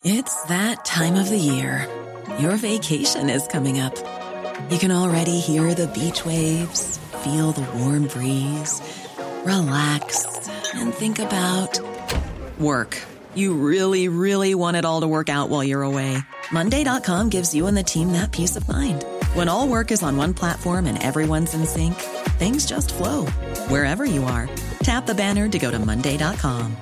It's that time of the year. Your vacation is coming up. You can already hear the beach waves, feel the warm breeze, relax, and think about work. You really, really want it all to work out while you're away. Monday.com gives you and the team that peace of mind. When all work is on one platform and everyone's in sync, things just flow. Wherever you are, tap the banner to go to Monday.com.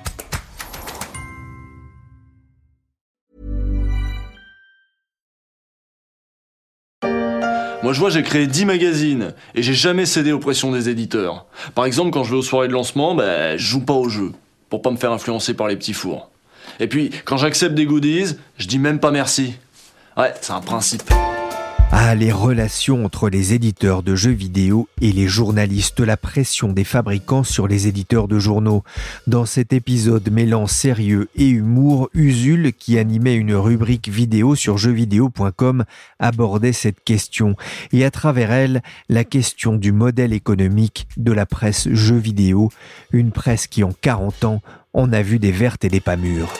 Moi je vois, j'ai créé 10 magazines et j'ai jamais cédé aux pressions des éditeurs. Par exemple, quand je vais aux soirées de lancement, je joue pas au jeu, pour pas me faire influencer par les petits fours. Et puis, quand j'accepte des goodies, je dis même pas merci. Ouais, c'est un principe. Ah, les relations entre les éditeurs de jeux vidéo et les journalistes, la pression des fabricants sur les éditeurs de journaux. Dans cet épisode mêlant sérieux et humour, Usul, qui animait une rubrique vidéo sur jeuxvideo.com, abordait cette question. Et à travers elle, la question du modèle économique de la presse jeux vidéo, une presse qui en 40 ans en a vu des vertes et des pas mûres.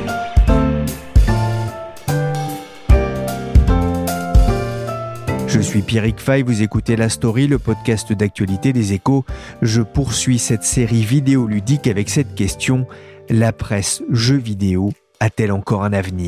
Je suis Pierrick Fay, vous écoutez La Story, le podcast d'actualité des Échos. Je poursuis cette série vidéoludique avec cette question: la presse jeux vidéo a-t-elle encore un avenir ?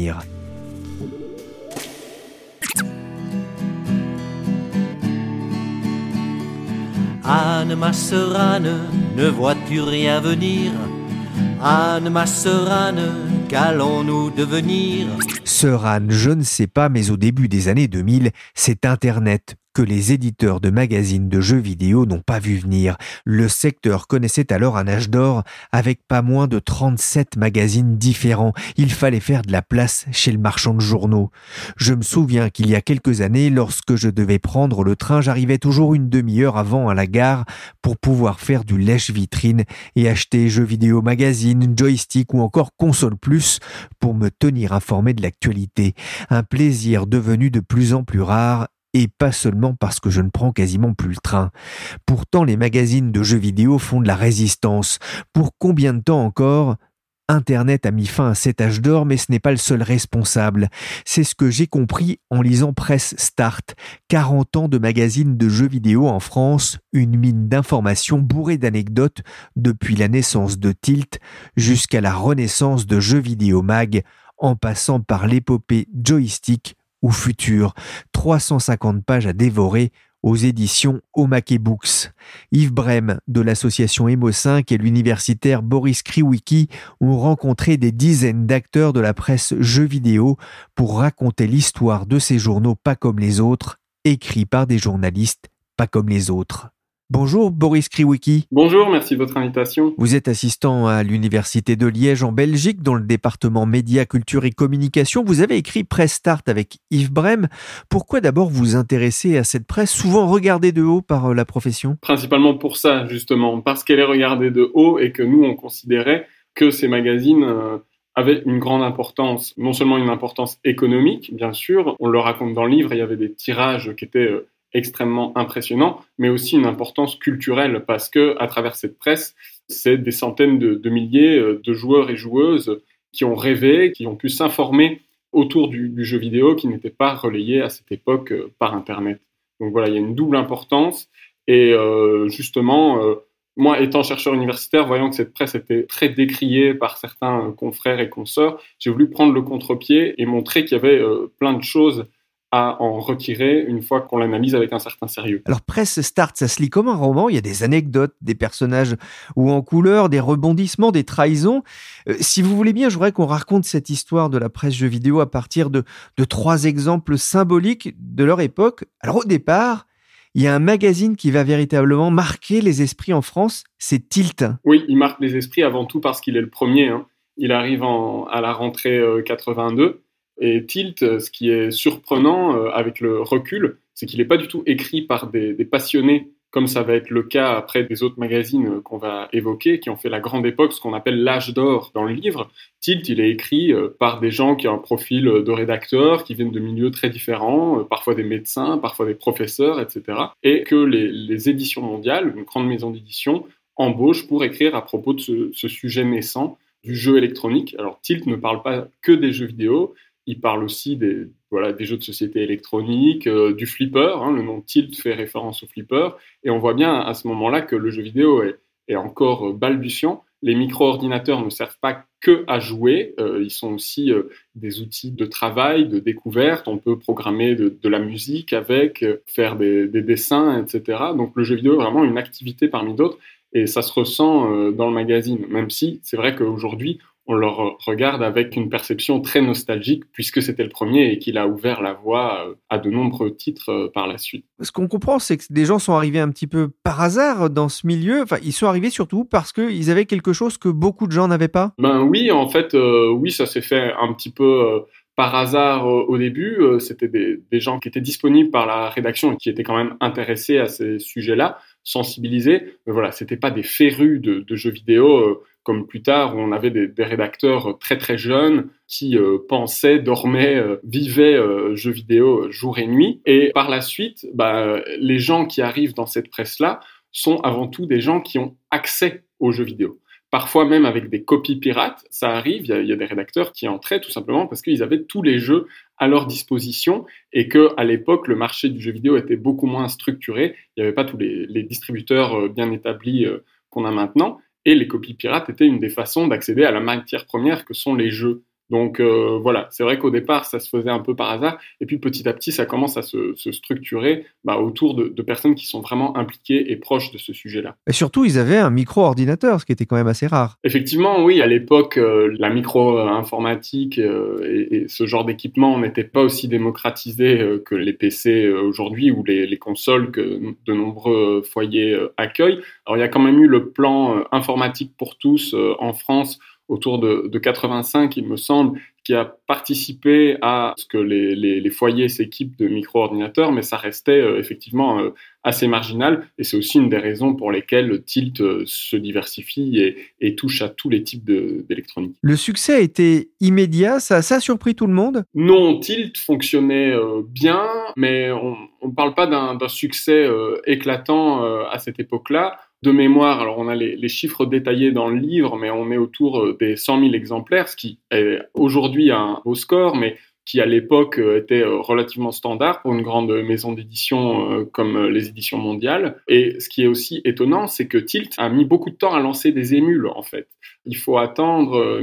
Anne, ma sœur Anne, ne vois-tu rien venir ? Anne, ma sœur Anne, qu'allons-nous devenir ? Sœur Anne, je ne sais pas, mais au début des années 2000, c'est Internet que les éditeurs de magazines de jeux vidéo n'ont pas vu venir. Le secteur connaissait alors un âge d'or avec pas moins de 37 magazines différents. Il fallait faire de la place chez le marchand de journaux. Je me souviens qu'il y a quelques années, lorsque je devais prendre le train, j'arrivais toujours une demi-heure avant à la gare pour pouvoir faire du lèche-vitrine et acheter Jeux Vidéo Magazine, Joystick ou encore Console Plus pour me tenir informé de l'actualité. Un plaisir devenu de plus en plus rare, et pas seulement parce que je ne prends quasiment plus le train. Pourtant, les magazines de jeux vidéo font de la résistance. Pour combien de temps encore ? Internet a mis fin à cet âge d'or, mais ce n'est pas le seul responsable. C'est ce que j'ai compris en lisant Presse Start. 40 ans de magazines de jeux vidéo en France, une mine d'informations bourrée d'anecdotes depuis la naissance de Tilt jusqu'à la renaissance de Jeux Vidéo Mag, en passant par l'épopée Joystick ou Futur. 350 pages à dévorer aux éditions Omake Books. Yves Brem de l'association Emo5 et l'universitaire Boris Kriwicki ont rencontré des dizaines d'acteurs de la presse jeux vidéo pour raconter l'histoire de ces journaux pas comme les autres, écrits par des journalistes pas comme les autres. Bonjour Boris Kriwicki. Bonjour, merci de votre invitation. Vous êtes assistant à l'Université de Liège en Belgique dans le département Médias, Culture et Communication. Vous avez écrit Presse Start avec Yves Brem. Pourquoi d'abord vous intéresser à cette presse souvent regardée de haut par la profession ? Principalement pour ça, justement, parce qu'elle est regardée de haut et que nous, on considérait que ces magazines avaient une grande importance. Non seulement une importance économique, bien sûr, on le raconte dans le livre, il y avait des tirages qui étaient extrêmement impressionnant, mais aussi une importance culturelle parce que à travers cette presse, c'est des centaines de milliers de joueurs et joueuses qui ont rêvé, qui ont pu s'informer autour du jeu vidéo qui n'était pas relayé à cette époque par Internet. Donc voilà, il y a une double importance et justement, moi étant chercheur universitaire, voyant que cette presse était très décriée par certains confrères et consoeurs, j'ai voulu prendre le contre-pied et montrer qu'il y avait plein de choses à en retirer une fois qu'on l'analyse avec un certain sérieux. Alors Presse Start, ça se lit comme un roman, il y a des anecdotes, des personnages ou en couleur, des rebondissements, des trahisons. Si vous voulez bien, je voudrais qu'on raconte cette histoire de la presse jeux vidéo à partir de 3 exemples symboliques de leur époque. Alors au départ, il y a un magazine qui va véritablement marquer les esprits en France, c'est Tilt. Oui, il marque les esprits avant tout parce qu'il est le premier. Il arrive à la rentrée 82. Et Tilt, ce qui est surprenant avec le recul, c'est qu'il n'est pas du tout écrit par des passionnés, comme ça va être le cas après des autres magazines qu'on va évoquer, qui ont fait la grande époque, ce qu'on appelle l'âge d'or dans le livre. Tilt, il est écrit par des gens qui ont un profil de rédacteurs, qui viennent de milieux très différents, parfois des médecins, parfois des professeurs, etc. Et que les éditions mondiales, une grande maison d'édition, embauchent pour écrire à propos de ce sujet naissant du jeu électronique. Alors Tilt ne parle pas que des jeux vidéo, il parle aussi des jeux de société électronique, du flipper, le nom Tilt fait référence au flipper, et on voit bien à ce moment-là que le jeu vidéo est encore balbutiant. Les micro-ordinateurs ne servent pas que à jouer, ils sont aussi des outils de travail, de découverte, on peut programmer de la musique avec, faire des dessins, etc. Donc le jeu vidéo est vraiment une activité parmi d'autres, et ça se ressent dans le magazine, même si c'est vrai qu'aujourd'hui, on le regarde avec une perception très nostalgique, puisque c'était le premier et qu'il a ouvert la voie à de nombreux titres par la suite. Ce qu'on comprend, c'est que des gens sont arrivés un petit peu par hasard dans ce milieu. Enfin, ils sont arrivés surtout parce qu'ils avaient quelque chose que beaucoup de gens n'avaient pas. Oui, en fait, oui, ça s'est fait un petit peu par hasard au début. C'était des gens qui étaient disponibles par la rédaction et qui étaient quand même intéressés à ces sujets-là, sensibilisés. Mais voilà, c'était pas des férus de jeux vidéo comme plus tard, où on avait des rédacteurs très très jeunes qui pensaient, dormaient, vivaient jeux vidéo jour et nuit. Et par la suite, les gens qui arrivent dans cette presse-là sont avant tout des gens qui ont accès aux jeux vidéo. Parfois même avec des copies pirates, ça arrive, il y a des rédacteurs qui entraient tout simplement parce qu'ils avaient tous les jeux à leur disposition et qu'à l'époque, le marché du jeu vidéo était beaucoup moins structuré. Il n'y avait pas tous les distributeurs bien établis qu'on a maintenant. Et les copies pirates étaient une des façons d'accéder à la matière première que sont les jeux. Donc voilà, c'est vrai qu'au départ, ça se faisait un peu par hasard. Et puis petit à petit, ça commence à se structurer autour de personnes qui sont vraiment impliquées et proches de ce sujet-là. Et surtout, ils avaient un micro-ordinateur, ce qui était quand même assez rare. Effectivement, oui, à l'époque, la micro-informatique et ce genre d'équipement n'était pas aussi démocratisé que les PC aujourd'hui ou les consoles que de nombreux foyers accueillent. Alors il y a quand même eu le plan informatique pour tous en France autour de 85, il me semble, qui a participé à ce que les foyers s'équipent de micro-ordinateurs, mais ça restait effectivement assez marginal, et c'est aussi une des raisons pour lesquelles Tilt se diversifie et touche à tous les types d'électronique. Le succès a été immédiat, ça a surpris tout le monde ? Non, Tilt fonctionnait bien, mais on ne parle pas d'un succès éclatant à cette époque-là. De mémoire, alors on a les chiffres détaillés dans le livre, mais on est autour des 100 000 exemplaires, ce qui est aujourd'hui un beau score, mais qui à l'époque était relativement standard pour une grande maison d'édition comme les éditions mondiales. Et ce qui est aussi étonnant, c'est que Tilt a mis beaucoup de temps à lancer des émules, en fait. Il faut attendre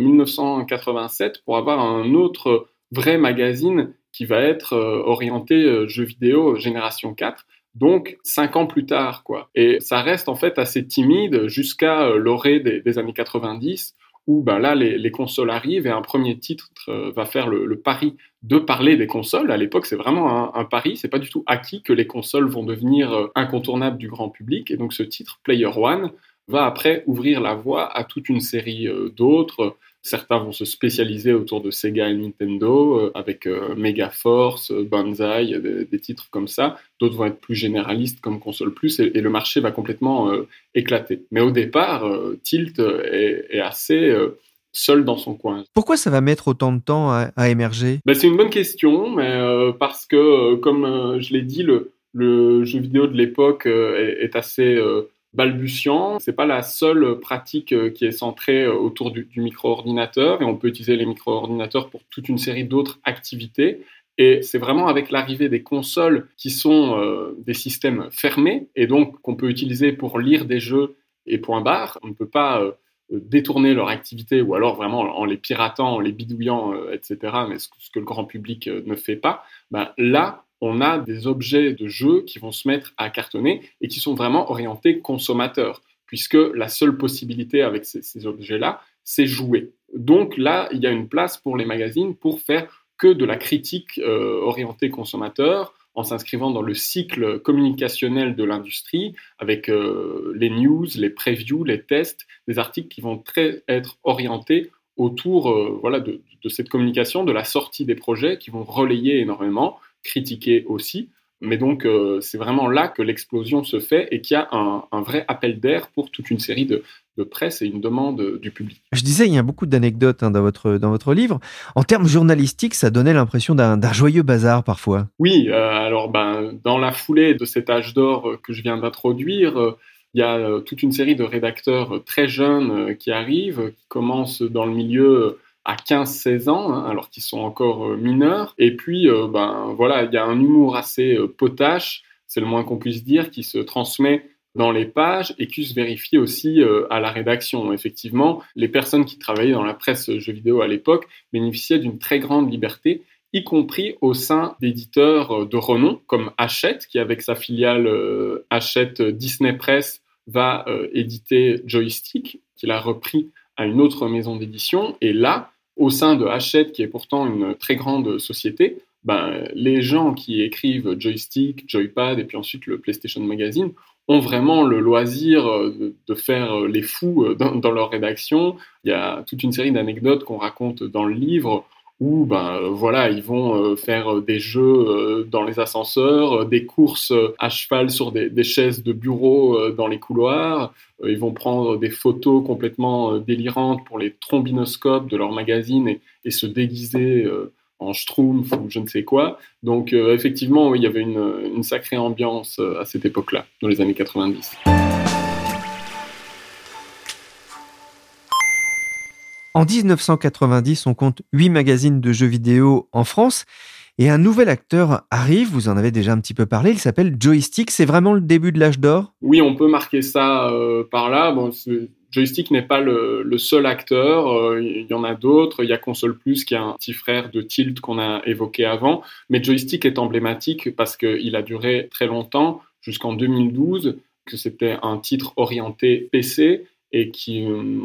1987 pour avoir un autre vrai magazine qui va être orienté jeux vidéo génération 4. Donc 5 ans plus tard, quoi. Et ça reste en fait assez timide jusqu'à l'orée des années 90, où là les consoles arrivent et un premier titre va faire le pari de parler des consoles. À l'époque, c'est vraiment un pari, c'est pas du tout acquis que les consoles vont devenir incontournables du grand public. Et donc ce titre, Player One, va après ouvrir la voie à toute une série d'autres. Certains vont se spécialiser autour de Sega et Nintendo, avec Megaforce, Banzai, des titres comme ça. D'autres vont être plus généralistes comme Console Plus, et le marché va complètement éclater. Mais au départ, Tilt est assez seul dans son coin. Pourquoi ça va mettre autant de temps à émerger ? C'est une bonne question, mais parce que, comme je l'ai dit, le jeu vidéo de l'époque est assez balbutiant. C'est pas la seule pratique qui est centrée autour du micro-ordinateur, et on peut utiliser les micro-ordinateurs pour toute une série d'autres activités. Et c'est vraiment avec l'arrivée des consoles qui sont des systèmes fermés, et donc qu'on peut utiliser pour lire des jeux et point barre. On ne peut pas détourner leur activité, ou alors vraiment en les piratant, en les bidouillant, etc., mais ce que le grand public ne fait pas. Là, on a des objets de jeu qui vont se mettre à cartonner et qui sont vraiment orientés consommateurs, puisque la seule possibilité avec ces objets-là, c'est jouer. Donc là, il y a une place pour les magazines pour faire que de la critique orientée consommateur, en s'inscrivant dans le cycle communicationnel de l'industrie, avec les news, les previews, les tests, des articles qui vont être orientés autour de cette communication, de la sortie des projets, qui vont relayer énormément, critiquer aussi. Mais donc, c'est vraiment là que l'explosion se fait et qu'il y a un vrai appel d'air pour toute une série de presse et une demande du public. Je disais, il y a beaucoup d'anecdotes dans votre livre. En termes journalistiques, ça donnait l'impression d'un joyeux bazar parfois. Oui, alors dans la foulée de cet âge d'or que je viens d'introduire, Il y a toute une série de rédacteurs très jeunes qui arrivent, qui commencent dans le milieu à 15-16 ans, hein, alors qu'ils sont encore mineurs. Et puis, voilà, il y a un humour assez potache, c'est le moins qu'on puisse dire, qui se transmet dans les pages et qui se vérifie aussi à la rédaction. Effectivement, les personnes qui travaillaient dans la presse jeux vidéo à l'époque bénéficiaient d'une très grande liberté, y compris au sein d'éditeurs de renom, comme Hachette, qui avec sa filiale Hachette Disney Press va éditer Joystick, qu'il a repris à une autre maison d'édition. Et là, au sein de Hachette, qui est pourtant une très grande société, les gens qui écrivent Joystick, Joypad et puis ensuite le PlayStation Magazine ont vraiment le loisir de faire les fous dans leur rédaction. Il y a toute une série d'anecdotes qu'on raconte dans le livre où ils vont faire des jeux dans les ascenseurs, des courses à cheval sur des chaises de bureau dans les couloirs. Ils vont prendre des photos complètement délirantes pour les trombinoscopes de leur magazine et se déguiser en schtroumpf ou je ne sais quoi. Donc effectivement, oui, il y avait une sacrée ambiance à cette époque-là, dans les années 90. En 1990, on compte 8 magazines de jeux vidéo en France et un nouvel acteur arrive, vous en avez déjà un petit peu parlé, il s'appelle Joystick. C'est vraiment le début de l'âge d'or ? Oui, on peut marquer ça par là. Bon, Joystick n'est pas le seul acteur, il y en a d'autres. Il y a Console Plus qui est un petit frère de Tilt qu'on a évoqué avant. Mais Joystick est emblématique parce qu'il a duré très longtemps, jusqu'en 2012, que c'était un titre orienté PC et qui,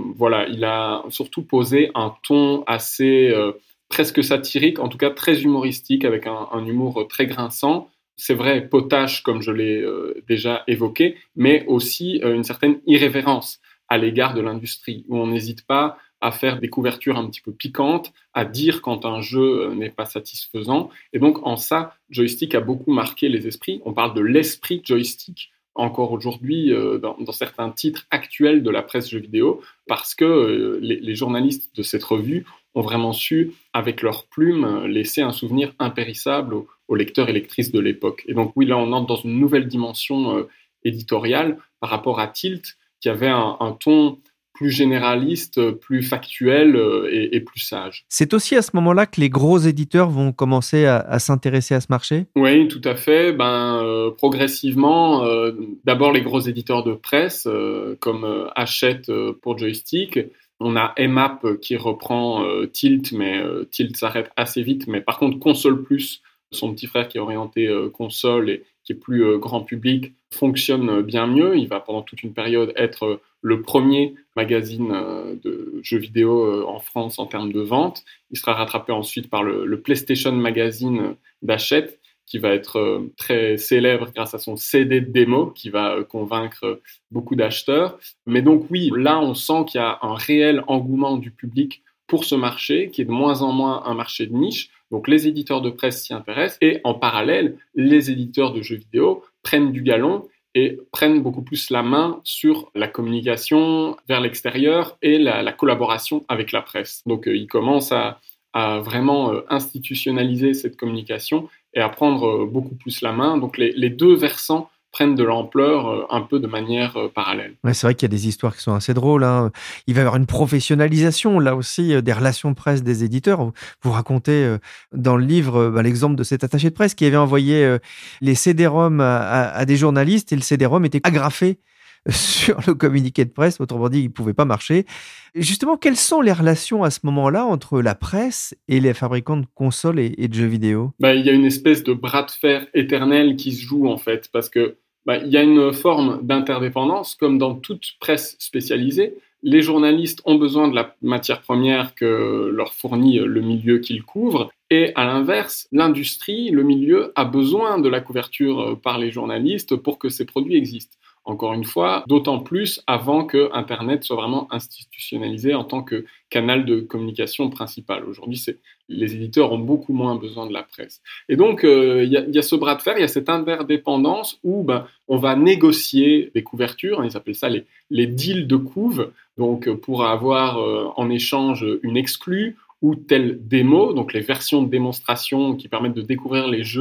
il a surtout posé un ton assez presque satirique, en tout cas très humoristique, avec un humour très grinçant. C'est vrai, potache, comme je l'ai déjà évoqué, mais aussi une certaine irrévérence à l'égard de l'industrie, où on n'hésite pas à faire des couvertures un petit peu piquantes, à dire quand un jeu n'est pas satisfaisant. Et donc, en ça, Joystick a beaucoup marqué les esprits. On parle de l'esprit Joystick encore aujourd'hui dans certains titres actuels de la presse jeux vidéo, parce que les journalistes de cette revue ont vraiment su, avec leurs plumes, laisser un souvenir impérissable aux lecteurs et lectrices de l'époque. Et donc oui, là, on entre dans une nouvelle dimension éditoriale par rapport à Tilt, qui avait un ton plus généraliste, plus factuel et plus sage. C'est aussi à ce moment-là que les gros éditeurs vont commencer à s'intéresser à ce marché ? Oui, tout à fait. Progressivement, d'abord les gros éditeurs de presse, comme Hachette pour Joystick. On a Emap qui reprend Tilt, mais Tilt s'arrête assez vite. Mais par contre, Console Plus, son petit frère qui est orienté console et qui est plus grand public, fonctionne bien mieux. Il va pendant toute une période être le premier magazine de jeux vidéo en France en termes de vente. Il sera rattrapé ensuite par le PlayStation Magazine d'Hachette, qui va être très célèbre grâce à son CD de démo, qui va convaincre beaucoup d'acheteurs. Mais donc oui, là on sent qu'il y a un réel engouement du public pour ce marché, qui est de moins en moins un marché de niche. Donc les éditeurs de presse s'y intéressent, et en parallèle, les éditeurs de jeux vidéo prennent du galon et prennent beaucoup plus la main sur la communication vers l'extérieur et la collaboration avec la presse. Donc ils commencent à vraiment institutionnaliser cette communication et à prendre beaucoup plus la main. Donc les deux versants prennent de l'ampleur un peu de manière parallèle. Ouais, c'est vrai qu'il y a des histoires qui sont assez drôles, hein. Il va y avoir une professionnalisation, là aussi, des relations de presse des éditeurs. Vous racontez dans le livre l'exemple de cet attaché de presse qui avait envoyé les CD-ROM à des journalistes, et le CD-ROM était agrafé sur le communiqué de presse, autrement dit, il ne pouvait pas marcher. Justement, quelles sont les relations à ce moment-là entre la presse et les fabricants de consoles et de jeux vidéo ? Il y a une espèce de bras de fer éternel qui se joue, en fait, parce que il y a une forme d'interdépendance, comme dans toute presse spécialisée. Les journalistes ont besoin de la matière première que leur fournit le milieu qu'ils couvrent, et à l'inverse, l'industrie, le milieu, a besoin de la couverture par les journalistes pour que ces produits existent. Encore une fois, d'autant plus avant que Internet soit vraiment institutionnalisé en tant que canal de communication principal. Aujourd'hui, les éditeurs ont beaucoup moins besoin de la presse. Et donc, il y a ce bras de fer, il y a cette interdépendance où on va négocier des couvertures, ils appellent ça les deals de couve, donc pour avoir en échange une exclue ou telle démo, donc les versions de démonstration qui permettent de découvrir les jeux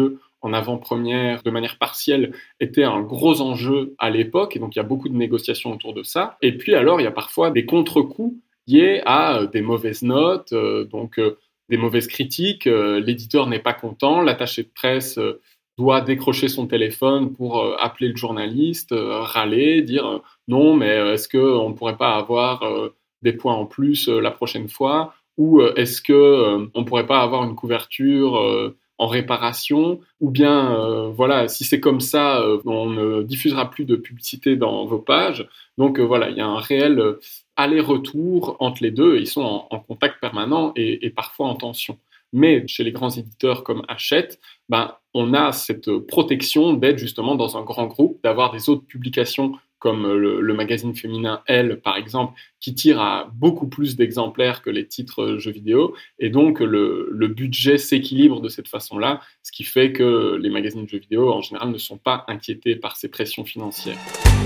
en avant-première de manière partielle était un gros enjeu à l'époque, et donc il y a beaucoup de négociations autour de ça. Et puis alors, il y a parfois des contre-coups liés à des mauvaises notes, des mauvaises critiques. L'éditeur n'est pas content, l'attaché de presse doit décrocher son téléphone pour appeler le journaliste, râler, dire non, mais est-ce qu'on ne pourrait pas avoir des points en plus la prochaine fois, ou est-ce qu'on ne pourrait pas avoir une couverture en réparation, ou bien voilà, si c'est comme ça, on ne diffusera plus de publicité dans vos pages. Donc voilà, il y a un réel aller-retour entre les deux, et ils sont en contact permanent et parfois en tension. Mais chez les grands éditeurs comme Hachette, on a cette protection d'être justement dans un grand groupe, d'avoir des autres publications comme le magazine féminin Elle, par exemple, qui tire à beaucoup plus d'exemplaires que les titres jeux vidéo. Et donc, le budget s'équilibre de cette façon-là, ce qui fait que les magazines jeux vidéo, en général, ne sont pas inquiétés par ces pressions financières.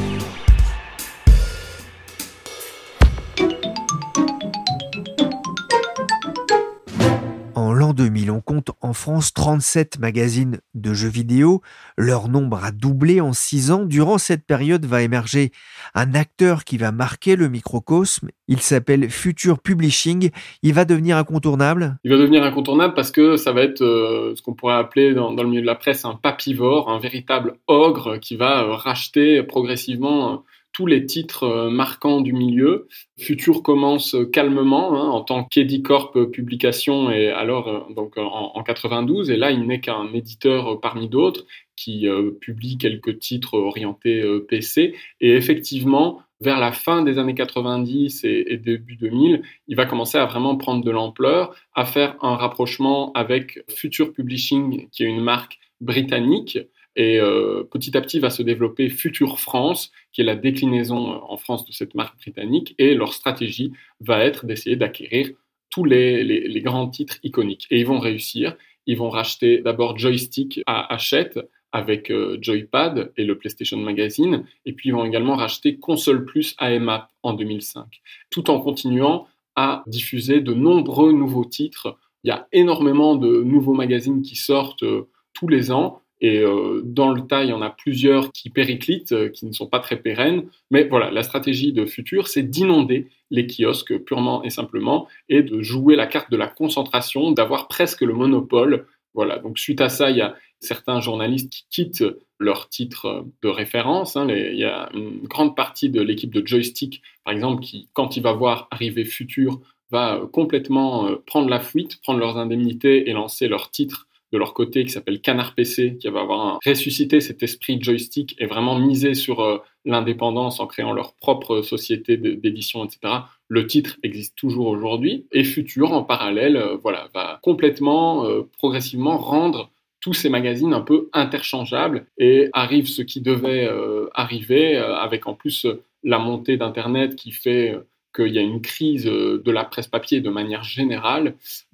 En l'an 2000, on compte en France 37 magazines de jeux vidéo. Leur nombre a doublé en 6 ans. Durant cette période va émerger un acteur qui va marquer le microcosme. Il s'appelle Future Publishing. Il va devenir incontournable. Il va devenir incontournable parce que ça va être ce qu'on pourrait appeler dans le milieu de la presse un papivore, un véritable ogre qui va racheter progressivement tous les titres marquants du milieu. Future commence calmement en tant qu'Edicorp Publication, et alors en 92, et là il n'est qu'un éditeur parmi d'autres qui publie quelques titres orientés PC, et effectivement vers la fin des années 90 et début 2000, il va commencer à vraiment prendre de l'ampleur, à faire un rapprochement avec Future Publishing, qui est une marque britannique. Et petit à petit va se développer Future France, qui est la déclinaison en France de cette marque britannique. Et leur stratégie va être d'essayer d'acquérir tous les grands titres iconiques. Et ils vont réussir. Ils vont racheter d'abord Joystick à Hachette avec Joypad et le PlayStation Magazine. Et puis ils vont également racheter Console Plus à EMAP en 2005. Tout en continuant à diffuser de nombreux nouveaux titres. Il y a énormément de nouveaux magazines qui sortent tous les ans. Et dans le tas, il y en a plusieurs qui périclitent, qui ne sont pas très pérennes. Mais voilà, la stratégie de Future, c'est d'inonder les kiosques purement et simplement, et de jouer la carte de la concentration, d'avoir presque le monopole. Voilà, donc suite à ça, il y a certains journalistes qui quittent leur titre de référence. Il y a une grande partie de l'équipe de Joystick, par exemple, qui, quand il va voir arriver Future, va complètement prendre la fuite, prendre leurs indemnités et lancer leur titre de leur côté, qui s'appelle Canard PC, qui va avoir ressuscité cet esprit Joystick et vraiment misé sur l'indépendance en créant leur propre société d'édition, etc. Le titre existe toujours aujourd'hui, et Future, en parallèle, va complètement, progressivement rendre tous ces magazines un peu interchangeables, et arrive ce qui devait arriver, avec en plus la montée d'Internet qui fait qu'il y a une crise de la presse papier de manière générale.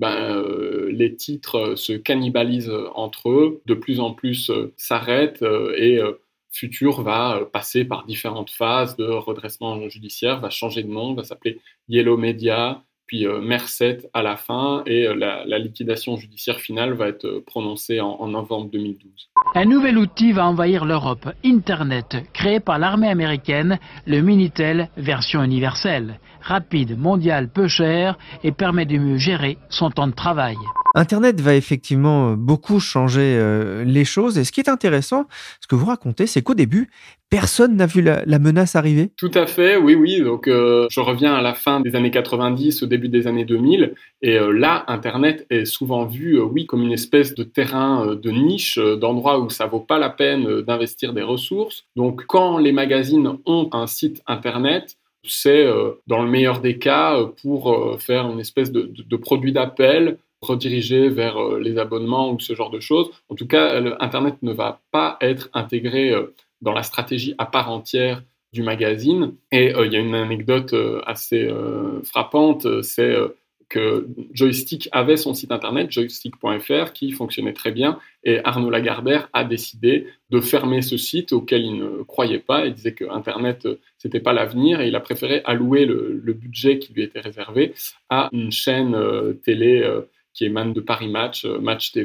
Les titres se cannibalisent entre eux, de plus en plus s'arrêtent, et Future va passer par différentes phases de redressement judiciaire, va changer de nom, va s'appeler Yellow Media, puis Merced à la fin, et la liquidation judiciaire finale va être prononcée en novembre 2012. Un nouvel outil va envahir l'Europe, Internet, créé par l'armée américaine, le Minitel version universelle. Rapide, mondial, peu cher, et permet de mieux gérer son temps de travail. Internet va effectivement beaucoup changer les choses. Et ce qui est intéressant, ce que vous racontez, c'est qu'au début, personne n'a vu la menace arriver. Tout à fait, oui. Donc, je reviens à la fin des années 90, au début des années 2000. Et là, Internet est souvent vu, comme une espèce de terrain de niche, d'endroit où ça vaut pas la peine d'investir des ressources. Donc, quand les magazines ont un site Internet, c'est, dans le meilleur des cas, pour faire une espèce de produit d'appel, rediriger vers les abonnements ou ce genre de choses. En tout cas, Internet ne va pas être intégré dans la stratégie à part entière du magazine. Et il y a une anecdote assez frappante, c'est que Joystick avait son site internet, joystick.fr, qui fonctionnait très bien, et Arnaud Lagardère a décidé de fermer ce site auquel il ne croyait pas. Il disait que Internet, c'était pas l'avenir, et il a préféré allouer le budget qui lui était réservé à une chaîne télé qui émane de Paris Match, Match TV.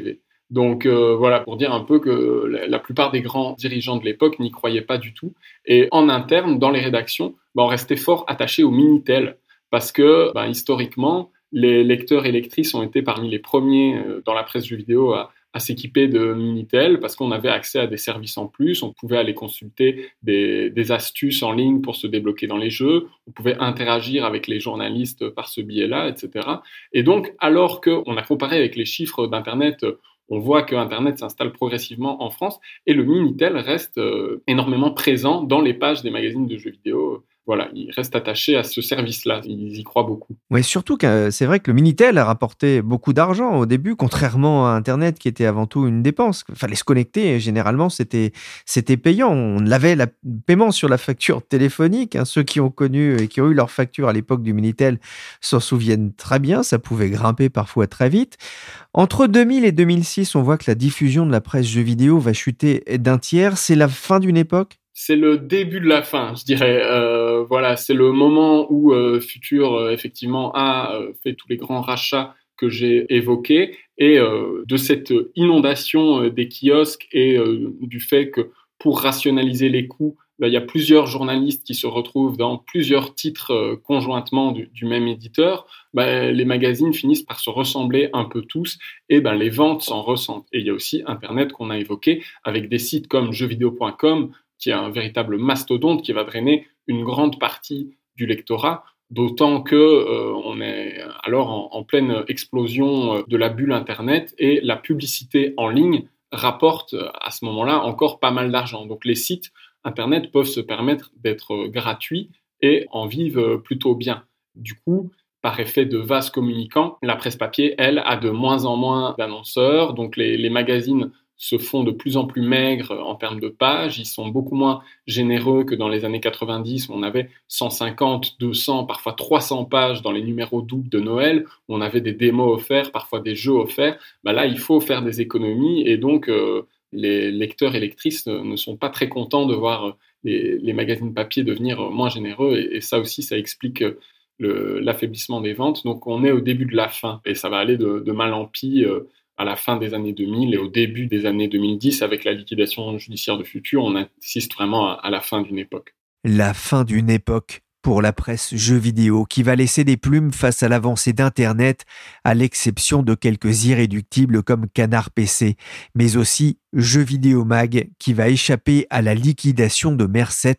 Donc voilà, pour dire un peu que la plupart des grands dirigeants de l'époque n'y croyaient pas du tout. Et en interne, dans les rédactions, on restait fort attaché au Minitel parce que historiquement, les lecteurs et lectrices ont été parmi les premiers dans la presse jeux vidéo à s'équiper de Minitel parce qu'on avait accès à des services en plus, on pouvait aller consulter des astuces en ligne pour se débloquer dans les jeux, on pouvait interagir avec les journalistes par ce biais-là, etc. Et donc, alors qu'on a comparé avec les chiffres d'Internet, on voit que Internet s'installe progressivement en France et le Minitel reste énormément présent dans les pages des magazines de jeux vidéo. Voilà, ils restent attachés à ce service-là, ils y croient beaucoup. Oui, surtout que c'est vrai que le Minitel a rapporté beaucoup d'argent au début, contrairement à Internet qui était avant tout une dépense. Il fallait se connecter et généralement c'était payant. On avait le paiement sur la facture téléphonique. Ceux qui ont connu et qui ont eu leur facture à l'époque du Minitel s'en souviennent très bien. Ça pouvait grimper parfois très vite. Entre 2000 et 2006, on voit que la diffusion de la presse jeux vidéo va chuter d'un tiers. C'est la fin d'une époque ? C'est le début de la fin, je dirais. Voilà, c'est le moment où Futur, effectivement, a fait tous les grands rachats que j'ai évoqués. Et de cette inondation des kiosques et du fait que pour rationaliser les coûts, il y a plusieurs journalistes qui se retrouvent dans plusieurs titres conjointement du même éditeur, les magazines finissent par se ressembler un peu tous et les ventes s'en ressentent. Et il y a aussi Internet qu'on a évoqué avec des sites comme jeuxvideo.com qui est un véritable mastodonte qui va drainer une grande partie du lectorat, d'autant que on est alors en pleine explosion de la bulle Internet et la publicité en ligne rapporte à ce moment-là encore pas mal d'argent. Donc les sites Internet peuvent se permettre d'être gratuits et en vivent plutôt bien. Du coup, par effet de vase communicant, la presse papier, elle, a de moins en moins d'annonceurs, donc les magazines se font de plus en plus maigres en termes de pages, ils sont beaucoup moins généreux que dans les années 90 où on avait 150, 200, parfois 300 pages dans les numéros doubles de Noël, où on avait des démos offerts, parfois des jeux offerts. Là, il faut faire des économies et donc les lecteurs et lectrices ne sont pas très contents de voir les magazines papier devenir moins généreux et ça aussi, ça explique l'affaiblissement des ventes. Donc on est au début de la fin et ça va aller de mal en pis à la fin des années 2000 et au début des années 2010, avec la liquidation judiciaire de Futur, on assiste vraiment à la fin d'une époque. La fin d'une époque pour la presse jeux vidéo qui va laisser des plumes face à l'avancée d'Internet, à l'exception de quelques irréductibles comme Canard PC, mais aussi Jeux Vidéo Mag qui va échapper à la liquidation de Merset,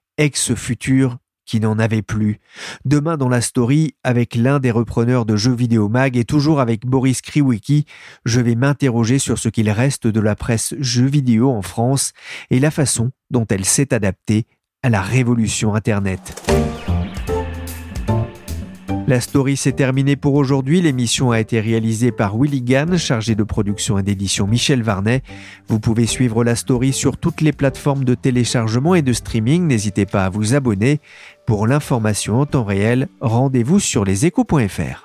ex-Futur, qui n'en avait plus. Demain dans la story, avec l'un des repreneurs de Jeux Vidéo Mag et toujours avec Boris Kriwicki, je vais m'interroger sur ce qu'il reste de la presse jeux vidéo en France et la façon dont elle s'est adaptée à la révolution Internet. La story s'est terminée pour aujourd'hui. L'émission a été réalisée par Willy Gann, chargé de production et d'édition Michel Varnet. Vous pouvez suivre la story sur toutes les plateformes de téléchargement et de streaming. N'hésitez pas à vous abonner. Pour l'information en temps réel, rendez-vous sur leséchos.fr.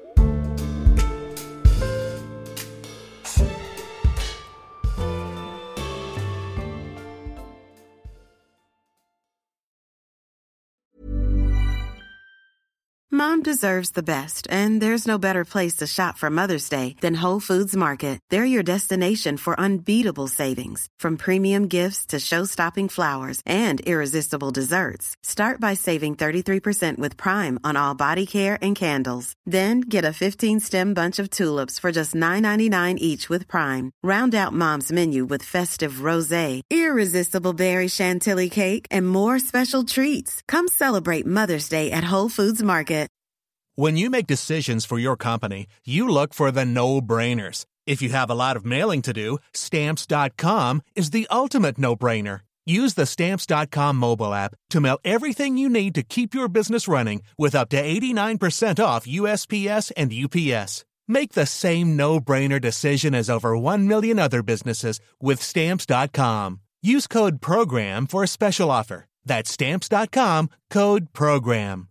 Mom deserves the best, and there's no better place to shop for Mother's Day than Whole Foods Market. They're your destination for unbeatable savings, from premium gifts to show-stopping flowers and irresistible desserts. Start by saving 33% with Prime on all body care and candles. Then get a 15-stem bunch of tulips for just $9.99 each with Prime. Round out Mom's menu with festive rosé, irresistible berry chantilly cake, and more special treats. Come celebrate Mother's Day at Whole Foods Market. When you make decisions for your company, you look for the no-brainers. If you have a lot of mailing to do, Stamps.com is the ultimate no-brainer. Use the Stamps.com mobile app to mail everything you need to keep your business running with up to 89% off USPS and UPS. Make the same no-brainer decision as over 1 million other businesses with Stamps.com. Use code PROGRAM for a special offer. That's Stamps.com, code PROGRAM.